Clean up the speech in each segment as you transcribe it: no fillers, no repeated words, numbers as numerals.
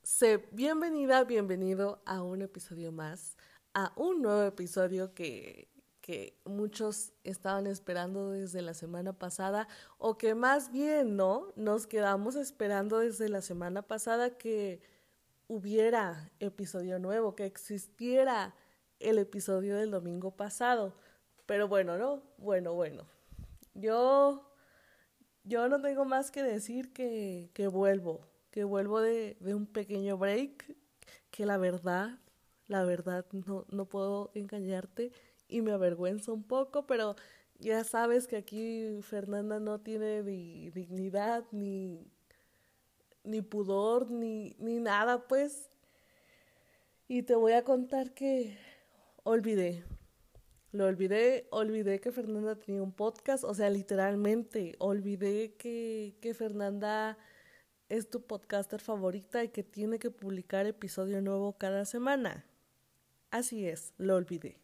Bienvenido a un episodio más, a un nuevo episodio que muchos estaban esperando desde la semana pasada, o que más bien, ¿no? Nos quedamos esperando desde la semana pasada que hubiera episodio nuevo, que existiera el episodio del domingo pasado. Pero bueno, ¿no? Bueno. Yo yo no tengo más que decir que vuelvo de un pequeño break, que la verdad no puedo engañarte y me avergüenza un poco, pero ya sabes que aquí Fernanda no tiene ni dignidad, ni pudor, ni nada, pues. Y te voy a contar que olvidé, olvidé que Fernanda tenía un podcast, o sea, literalmente, olvidé que Fernanda es tu podcaster favorita y que tiene que publicar episodio nuevo cada semana. Así es, lo olvidé.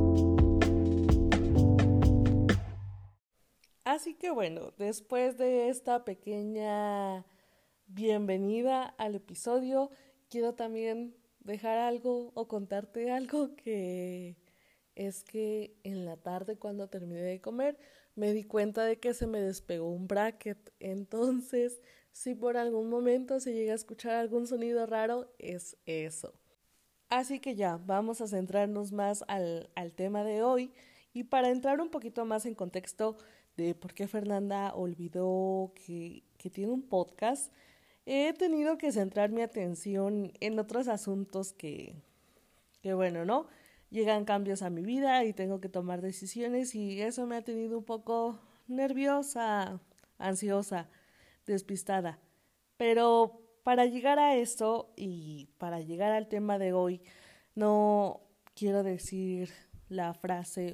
Así que bueno, después de esta pequeña bienvenida al episodio, quiero también dejar algo o contarte algo que es que en la tarde cuando terminé de comer me di cuenta de que se me despegó un bracket. Entonces, si por algún momento se llega a escuchar algún sonido raro, es eso. Así que ya, vamos a centrarnos más al tema de hoy y para entrar un poquito más en contexto de por qué Fernanda olvidó que tiene un podcast, he tenido que centrar mi atención en otros asuntos que bueno, ¿no? Llegan cambios a mi vida y tengo que tomar decisiones y eso me ha tenido un poco nerviosa, ansiosa, despistada. Pero para llegar a esto y para llegar al tema de hoy, no quiero decir la frase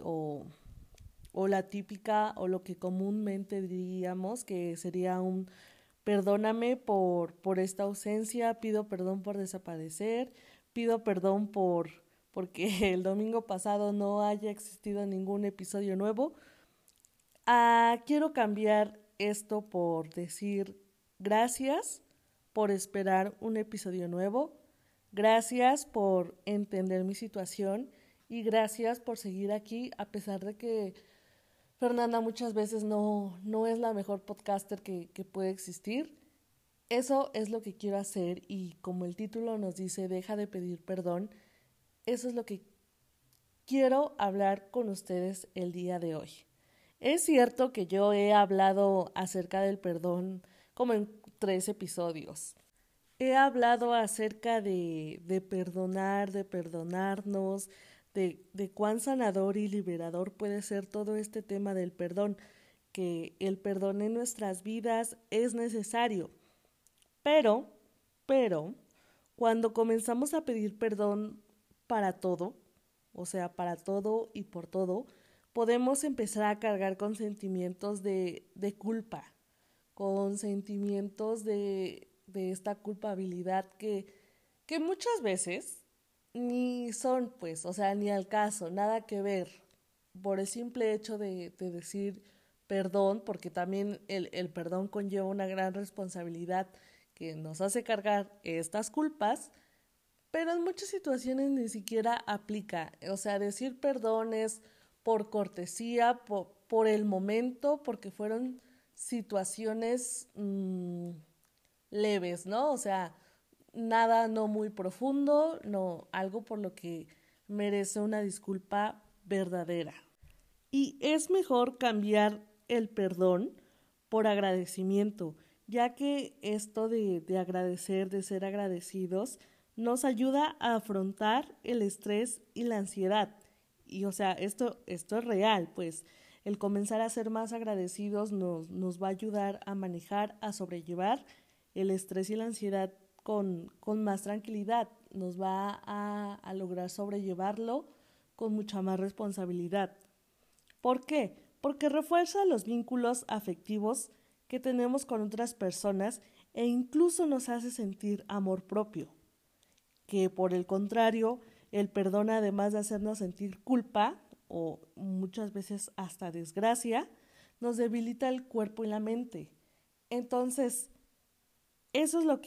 o la típica o lo que comúnmente diríamos que sería un perdóname por esta ausencia, pido perdón por desaparecer, pido perdón porque el domingo pasado no haya existido ningún episodio nuevo. Quiero cambiar esto por decir gracias por esperar un episodio nuevo, gracias por entender mi situación y gracias por seguir aquí a pesar de que Fernanda muchas veces no es la mejor podcaster que puede existir. Eso es lo que quiero hacer y como el título nos dice, deja de pedir perdón, eso es lo que quiero hablar con ustedes el día de hoy. Es cierto que yo he hablado acerca del perdón como en 3 episodios. He hablado acerca de perdonar, de perdonarnos, de cuán sanador y liberador puede ser todo este tema del perdón, que el perdón en nuestras vidas es necesario. Pero, pero, cuando comenzamos a pedir perdón para todo, o sea, para todo y por todo, podemos empezar a cargar con sentimientos de culpa, con sentimientos de esta culpabilidad que muchas veces ni son, pues, o sea, ni al caso, nada que ver, por el simple hecho de decir perdón, porque también el perdón conlleva una gran responsabilidad que nos hace cargar estas culpas, pero en muchas situaciones ni siquiera aplica. O sea, decir perdón es por cortesía, por el momento, porque fueron situaciones leves, ¿no? O sea, nada no muy profundo, no, algo por lo que merece una disculpa verdadera. Y es mejor cambiar el perdón por agradecimiento, ya que esto de agradecer, de ser agradecidos, nos ayuda a afrontar el estrés y la ansiedad. Y o sea, esto es real, pues el comenzar a ser más agradecidos nos va a ayudar a manejar, a sobrellevar el estrés y la ansiedad con más tranquilidad, nos va a lograr sobrellevarlo con mucha más responsabilidad. ¿Por qué? Porque refuerza los vínculos afectivos que tenemos con otras personas e incluso nos hace sentir amor propio, que por el contrario, el perdón además de hacernos sentir culpa o muchas veces hasta desgracia, nos debilita el cuerpo y la mente. Entonces, eso es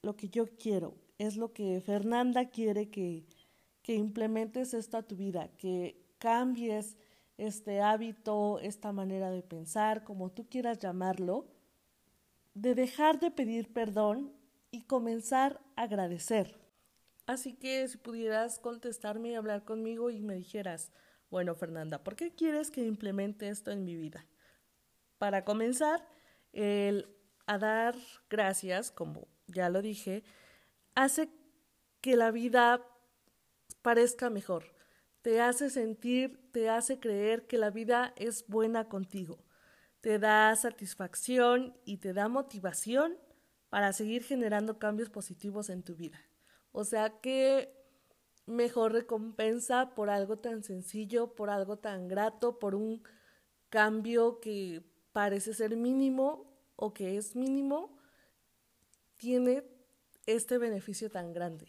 lo que yo quiero, es lo que Fernanda quiere que implementes esto a tu vida, que cambies este hábito, esta manera de pensar, como tú quieras llamarlo, de dejar de pedir perdón y comenzar a agradecer. Así que si pudieras contestarme y hablar conmigo y me dijeras, bueno, Fernanda, ¿por qué quieres que implemente esto en mi vida? Para comenzar, el a dar gracias, como ya lo dije, hace que la vida parezca mejor. Te hace sentir, te hace creer que la vida es buena contigo. Te da satisfacción y te da motivación para seguir generando cambios positivos en tu vida. O sea que mejor recompensa por algo tan sencillo, por algo tan grato, por un cambio que parece ser mínimo o que es mínimo, tiene este beneficio tan grande.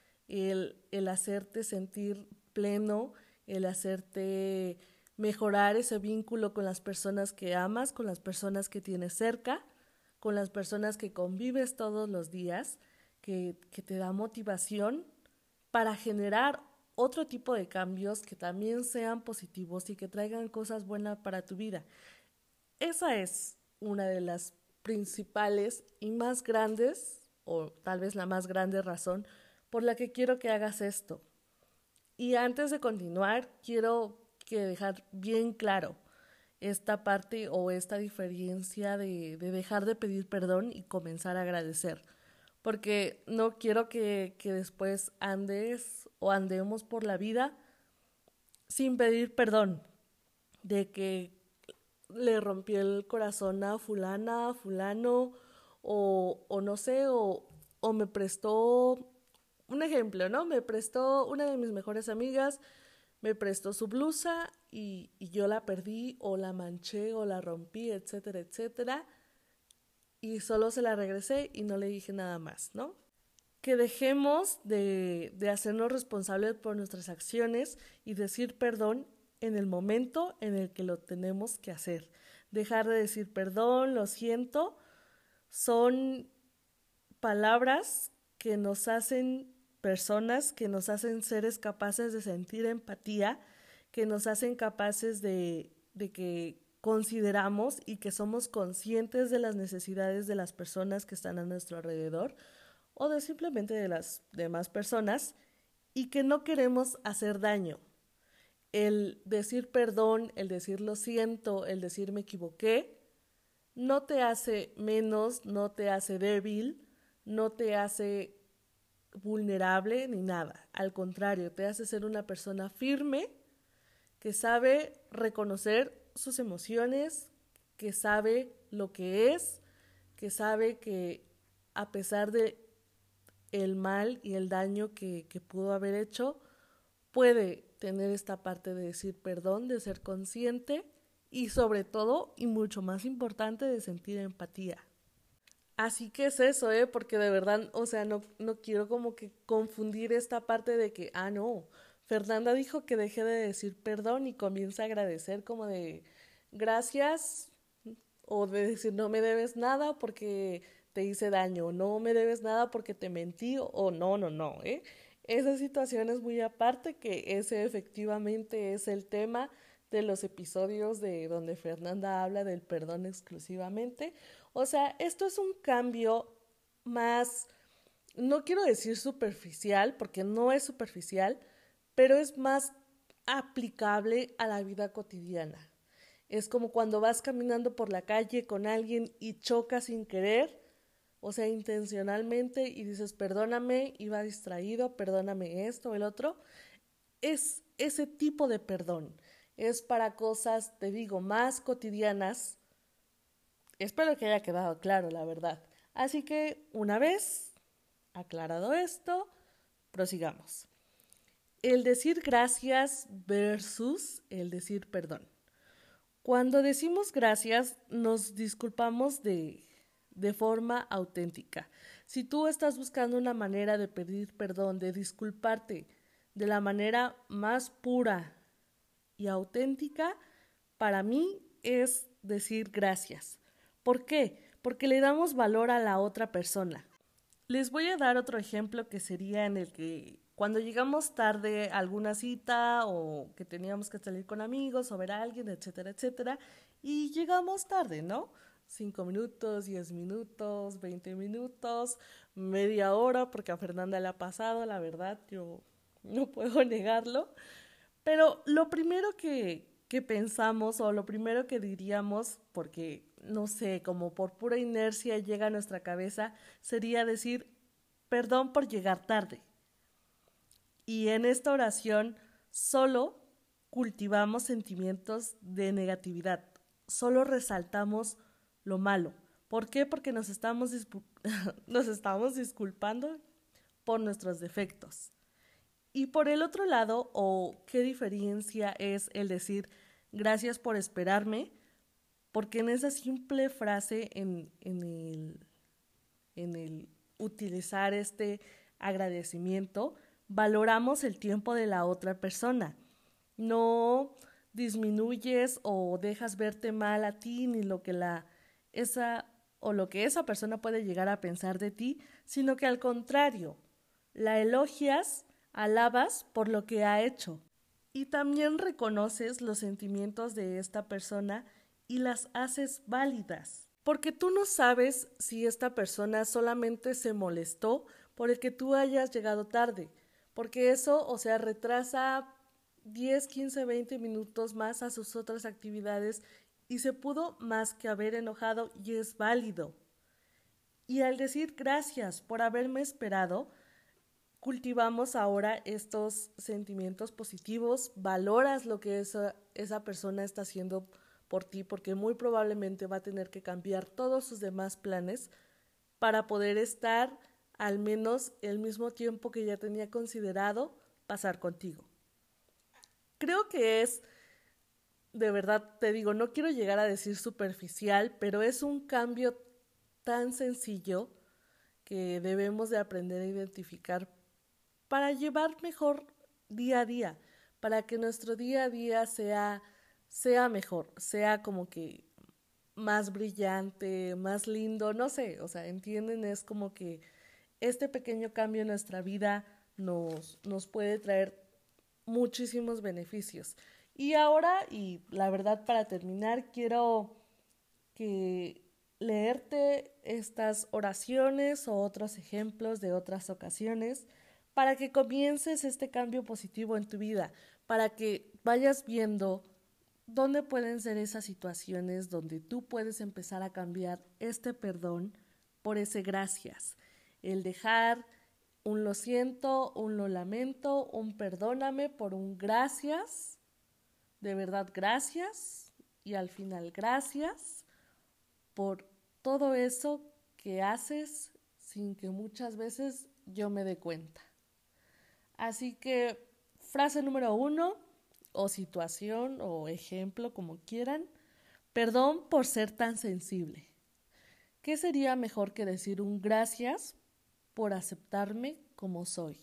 El hacerte sentir pleno, el hacerte mejorar ese vínculo con las personas que amas, con las personas que tienes cerca, con las personas que convives todos los días, que te da motivación para generar otro tipo de cambios que también sean positivos y que traigan cosas buenas para tu vida. Esa es una de las principales y más grandes, o tal vez la más grande razón por la que quiero que hagas esto. Y antes de continuar, quiero que dejar bien claro esta parte o esta diferencia de dejar de pedir perdón y comenzar a agradecer. Porque no quiero que después andes o andemos por la vida sin pedir perdón. De que le rompí el corazón a fulana, a fulano, o no sé, o me prestó, un ejemplo, ¿no? Me prestó una de mis mejores amigas, me prestó su blusa y yo la perdí, o la manché, o la rompí, etcétera, etcétera, y solo se la regresé y no le dije nada más, ¿no? Que dejemos de hacernos responsables por nuestras acciones y decir perdón en el momento en el que lo tenemos que hacer. Dejar de decir perdón, lo siento, son palabras que nos hacen personas, que nos hacen seres capaces de sentir empatía, que nos hacen capaces de que consideramos y que somos conscientes de las necesidades de las personas que están a nuestro alrededor o de simplemente de las demás personas y que no queremos hacer daño. El decir perdón, el decir lo siento, el decir me equivoqué, no te hace menos, no te hace débil, no te hace vulnerable ni nada. Al contrario, te hace ser una persona firme que sabe reconocer sus emociones, que sabe lo que sabe que a pesar de el mal y el daño que pudo haber hecho, puede tener esta parte de decir perdón, de ser consciente y sobre todo, y mucho más importante, de sentir empatía. Así que es eso, porque de verdad, o sea, no quiero como que confundir esta parte de que, no, Fernanda dijo que deje de decir perdón y comienza a agradecer como de gracias, o de decir no me debes nada porque te hice daño, no me debes nada porque te mentí, o no, no, no, Esa situación es muy aparte, que ese efectivamente es el tema de los episodios de donde Fernanda habla del perdón exclusivamente. O sea, esto es un cambio más, no quiero decir superficial, porque no es superficial, pero es más aplicable a la vida cotidiana. Es como cuando vas caminando por la calle con alguien y chocas sin querer, o sea, intencionalmente, y dices, perdóname, iba distraído, perdóname esto o el otro. Es ese tipo de perdón. Es para cosas, te digo, más cotidianas. Espero que haya quedado claro, la verdad. Así que, una vez aclarado esto, prosigamos. El decir gracias versus el decir perdón. Cuando decimos gracias, nos disculpamos de forma auténtica. Si tú estás buscando una manera de pedir perdón, de disculparte de la manera más pura y auténtica, para mí es decir gracias. ¿Por qué? Porque le damos valor a la otra persona. Les voy a dar otro ejemplo que sería en el que cuando llegamos tarde a alguna cita o que teníamos que salir con amigos o ver a alguien, etcétera, etcétera, y llegamos tarde, ¿no? 5 minutos, 10 minutos, 20 minutos, media hora, porque a Fernanda le ha pasado, la verdad, yo no puedo negarlo. Pero lo primero que pensamos o lo primero que diríamos, porque no sé, como por pura inercia llega a nuestra cabeza, sería decir, perdón por llegar tarde. Y en esta oración solo cultivamos sentimientos de negatividad, solo resaltamos lo malo. ¿Por qué? Porque nos estamos disculpando por nuestros defectos. Y por el otro lado, o qué diferencia es el decir gracias por esperarme, porque en esa simple frase, en el utilizar este agradecimiento, valoramos el tiempo de la otra persona. No disminuyes o dejas verte mal a ti ni esa lo que esa persona puede llegar a pensar de ti, sino que al contrario, la elogias, alabas por lo que ha hecho y también reconoces los sentimientos de esta persona y las haces válidas. Porque tú no sabes si esta persona solamente se molestó por el que tú hayas llegado tarde, porque eso, o sea, retrasa 10, 15, 20 minutos más a sus otras actividades y se pudo más que haber enojado y es válido. Y al decir gracias por haberme esperado, cultivamos ahora estos sentimientos positivos, valoras lo que esa persona está haciendo por ti, porque muy probablemente va a tener que cambiar todos sus demás planes para poder estar al menos el mismo tiempo que ya tenía considerado pasar contigo. Creo que es, de verdad te digo, no quiero llegar a decir superficial, pero es un cambio tan sencillo que debemos de aprender a identificar para llevar mejor día a día, para que nuestro día a día sea mejor, sea como que más brillante, más lindo, no sé, o sea, entienden, es como que este pequeño cambio en nuestra vida nos puede traer muchísimos beneficios. Y ahora, y la verdad para terminar, quiero que leerte estas oraciones o otros ejemplos de otras ocasiones para que comiences este cambio positivo en tu vida, para que vayas viendo dónde pueden ser esas situaciones donde tú puedes empezar a cambiar este perdón por ese gracias, el dejar un lo siento, un lo lamento, un perdóname por un gracias, de verdad gracias y al final gracias por todo eso que haces sin que muchas veces yo me dé cuenta. Así que frase número 1, o situación, o ejemplo, como quieran. Perdón por ser tan sensible. ¿Qué sería mejor que decir un gracias por aceptarme como soy?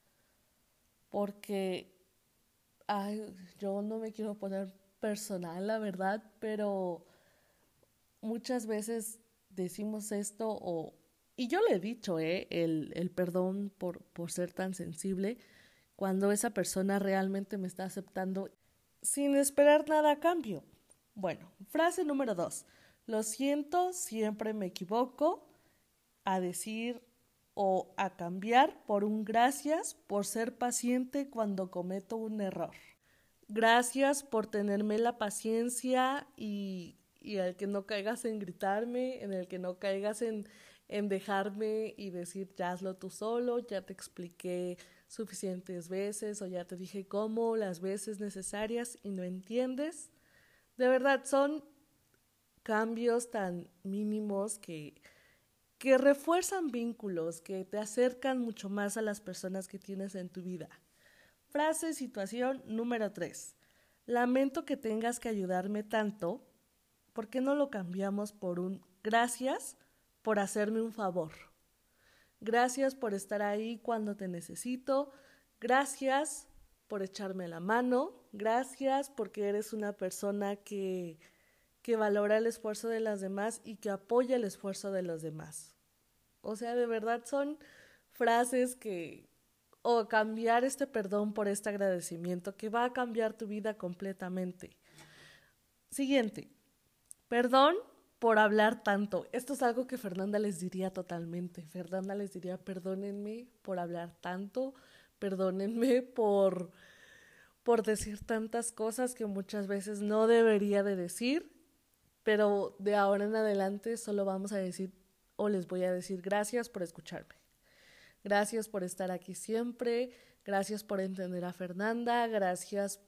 Porque yo no me quiero poner personal, la verdad, pero muchas veces decimos esto y yo le he dicho, el perdón por ser tan sensible, cuando esa persona realmente me está aceptando sin esperar nada a cambio. Bueno, frase número 2. Lo siento, siempre me equivoco. A decir o a cambiar por un gracias por ser paciente cuando cometo un error. Gracias por tenerme la paciencia y el que no caigas en gritarme, en el que no caigas en dejarme y decir ya hazlo tú solo, ya te expliqué suficientes veces o ya te dije cómo las veces necesarias y no entiendes. De verdad, son cambios tan mínimos que refuerzan vínculos, que te acercan mucho más a las personas que tienes en tu vida. Frase, situación número 3. Lamento que tengas que ayudarme tanto. ¿Por qué no lo cambiamos por un gracias por hacerme un favor? Gracias por estar ahí cuando te necesito. Gracias por echarme la mano. Gracias porque eres una persona que valora el esfuerzo de las demás y que apoya el esfuerzo de los demás. O sea, de verdad son frases que, o cambiar este perdón por este agradecimiento que va a cambiar tu vida completamente. Siguiente, perdón por hablar tanto. Esto es algo que Fernanda les diría totalmente. Fernanda les diría, perdónenme por hablar tanto, perdónenme por decir tantas cosas que muchas veces no debería de decir, pero de ahora en adelante solo vamos a decir o les voy a decir gracias por escucharme. Gracias por estar aquí siempre, gracias por entender a Fernanda, gracias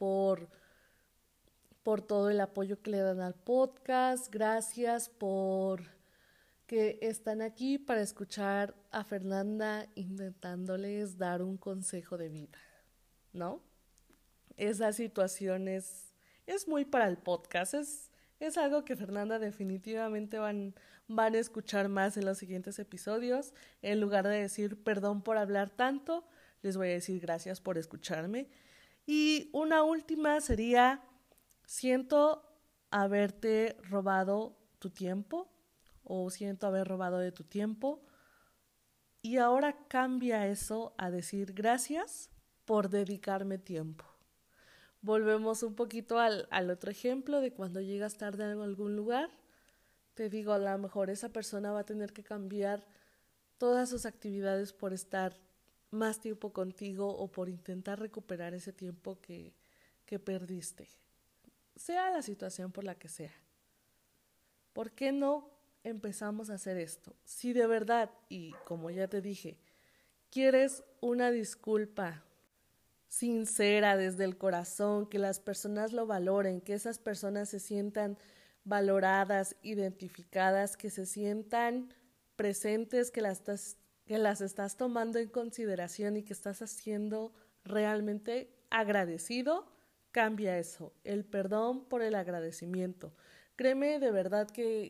por todo el apoyo que le dan al podcast, gracias por que están aquí para escuchar a Fernanda intentándoles dar un consejo de vida, ¿no? Esa situación es muy para el podcast, es algo que Fernanda definitivamente van a escuchar más en los siguientes episodios. En lugar de decir perdón por hablar tanto, les voy a decir gracias por escucharme. Y una última sería, siento haberte robado tu tiempo o siento haber robado de tu tiempo. Y ahora cambia eso a decir gracias por dedicarme tiempo. Volvemos un poquito al otro ejemplo de cuando llegas tarde a algún lugar. Te digo, a lo mejor esa persona va a tener que cambiar todas sus actividades por estar más tiempo contigo o por intentar recuperar ese tiempo que perdiste. Sea la situación por la que sea. ¿Por qué no empezamos a hacer esto? Si de verdad, y como ya te dije, quieres una disculpa sincera desde el corazón, que las personas lo valoren, que esas personas se sientan valoradas, identificadas, que se sientan presentes, que las estás tomando en consideración y que estás haciendo realmente agradecido, cambia eso, el perdón por el agradecimiento. Créeme de verdad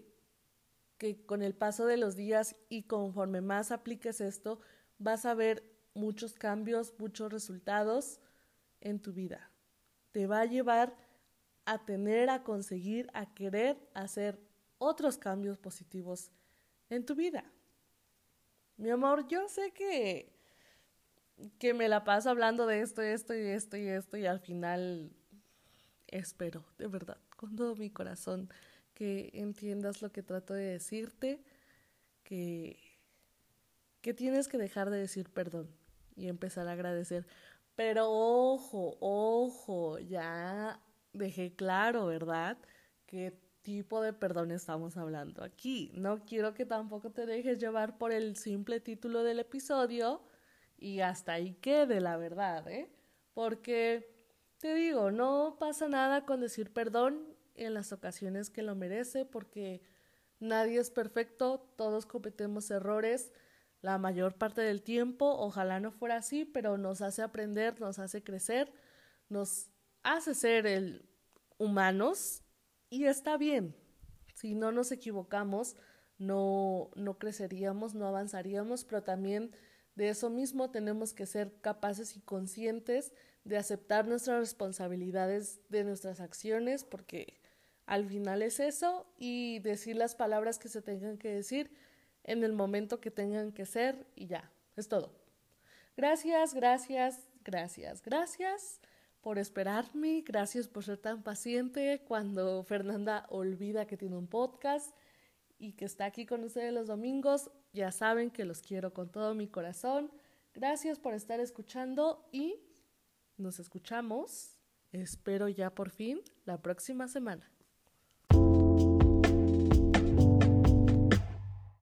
que con el paso de los días y conforme más apliques esto, vas a ver muchos cambios, muchos resultados en tu vida. Te va a llevar a tener, a conseguir, a querer hacer otros cambios positivos en tu vida. Mi amor, yo sé que me la paso hablando de esto, y al final espero, de verdad, con todo mi corazón, que entiendas lo que trato de decirte, que, que tienes que dejar de decir perdón y empezar a agradecer. Pero ojo, ya dejé claro, ¿verdad? ¿Qué tipo de perdón estamos hablando aquí? No quiero que tampoco te dejes llevar por el simple título del episodio y hasta ahí quede, la verdad, ¿eh? Porque te digo, no pasa nada con decir perdón en las ocasiones que lo merece, porque nadie es perfecto, todos cometemos errores la mayor parte del tiempo. Ojalá no fuera así, pero nos hace aprender, nos hace crecer, nos hace ser humanos y está bien. Si no nos equivocamos, no creceríamos, no avanzaríamos, pero también de eso mismo tenemos que ser capaces y conscientes de aceptar nuestras responsabilidades de nuestras acciones, porque al final es eso, y decir las palabras que se tengan que decir en el momento que tengan que ser y ya, es todo. Gracias por esperarme, gracias por ser tan paciente cuando Fernanda olvida que tiene un podcast y que está aquí con ustedes los domingos. Ya saben que los quiero con todo mi corazón. Gracias por estar escuchando y nos escuchamos, espero ya por fin, la próxima semana.